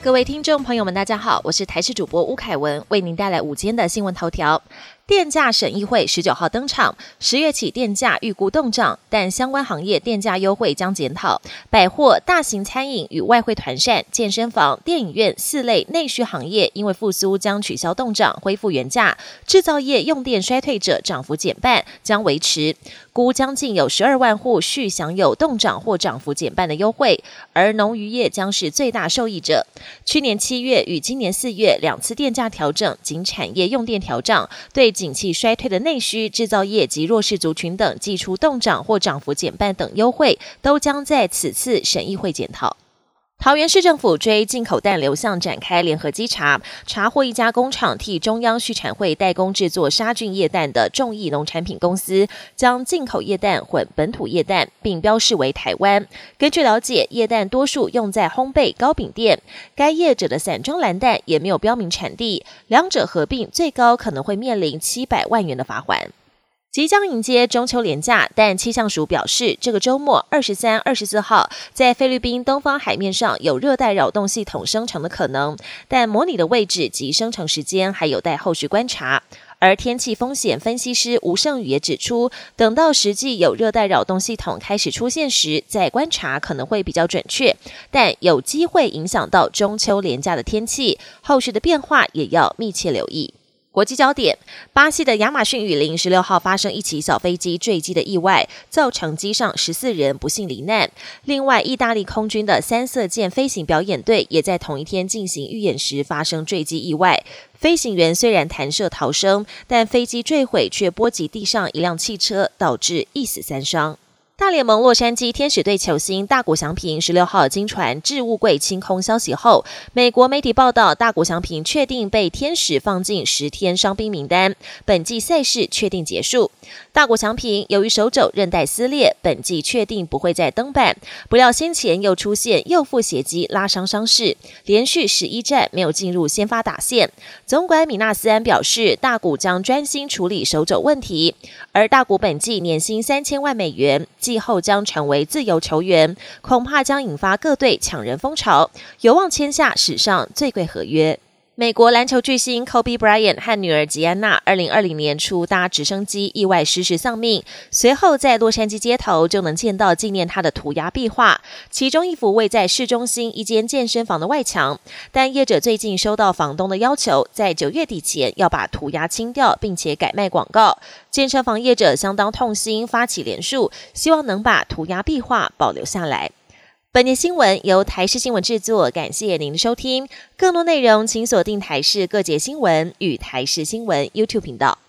各位听众朋友们大家好，我是台视主播吴凯文，为您带来午间的新闻头条。电价审议会19号登场，10月起电价预估动涨，但相关行业电价优惠将检讨。百货、大型餐饮与外汇团膳、健身房、电影院4类内需行业因为复苏将取消动涨，恢复原价。制造业用电衰退者涨幅减半，将维持。估将近有12万户续享有动涨或涨幅减半的优惠，而农渔业将是最大受益者。去年7月与今年4月2次电价调整，仅产业用电调涨，对景气衰退的内需、制造业及弱势族群等祭出动涨或涨幅减半等优惠，都将在此次审议会检讨。桃园市政府追进口蛋流向展开联合稽查，查获一家工厂替中央畜产会代工制作杀菌液蛋的众益农产品公司，将进口液蛋混本土液蛋，并标示为台湾。根据了解，液蛋多数用在烘焙糕饼店，该业者的散装蓝蛋也没有标明产地，两者合并最高可能会面临700万元的罚锾。即将迎接中秋连假，但气象署表示，这个周末23、24号在菲律宾东方海面上有热带扰动系统生成的可能，但模拟的位置及生成时间还有待后续观察。而天气风险分析师吴胜宇也指出，等到实际有热带扰动系统开始出现时，再观察可能会比较准确，但有机会影响到中秋连假的天气，后续的变化也要密切留意。国际焦点，巴西的亚马逊雨林16号发生一起小飞机坠机的意外，造成机上14人不幸罹难。另外，意大利空军的3色舰飞行表演队也在同一天进行预演时发生坠机意外。飞行员虽然弹射逃生，但飞机坠毁却波及地上一辆汽车，导致1死3伤。大联盟洛杉矶天使队球星大谷翔平16号经传置物柜清空消息后，美国媒体报道大谷翔平确定被天使放进10天伤兵名单，本季赛事确定结束。大谷翔平由于手肘韧带撕裂，本季确定不会再登板，不料先前又出现右腹斜肌拉伤伤势，连续11战没有进入先发打线。总管米纳斯安表示，大谷将专心处理手肘问题，而大谷本季年薪3000万美元，季后将成为自由球员，恐怕将引发各队抢人风潮，有望签下史上最贵合约。美国篮球巨星 Kobe Bryant 和女儿吉安娜2020年初搭直升机意外失事丧命，随后在洛杉矶街头就能见到纪念她的涂鸦壁画，其中一幅位在市中心一间健身房的外墙，但业者最近收到房东的要求，在9月底前要把涂鸦清掉，并且改卖广告。健身房业者相当痛心，发起联署，希望能把涂鸦壁画保留下来。本节新闻由台视新闻制作，感谢您的收听。更多内容请锁定台视各节新闻与台视新闻 YouTube 频道。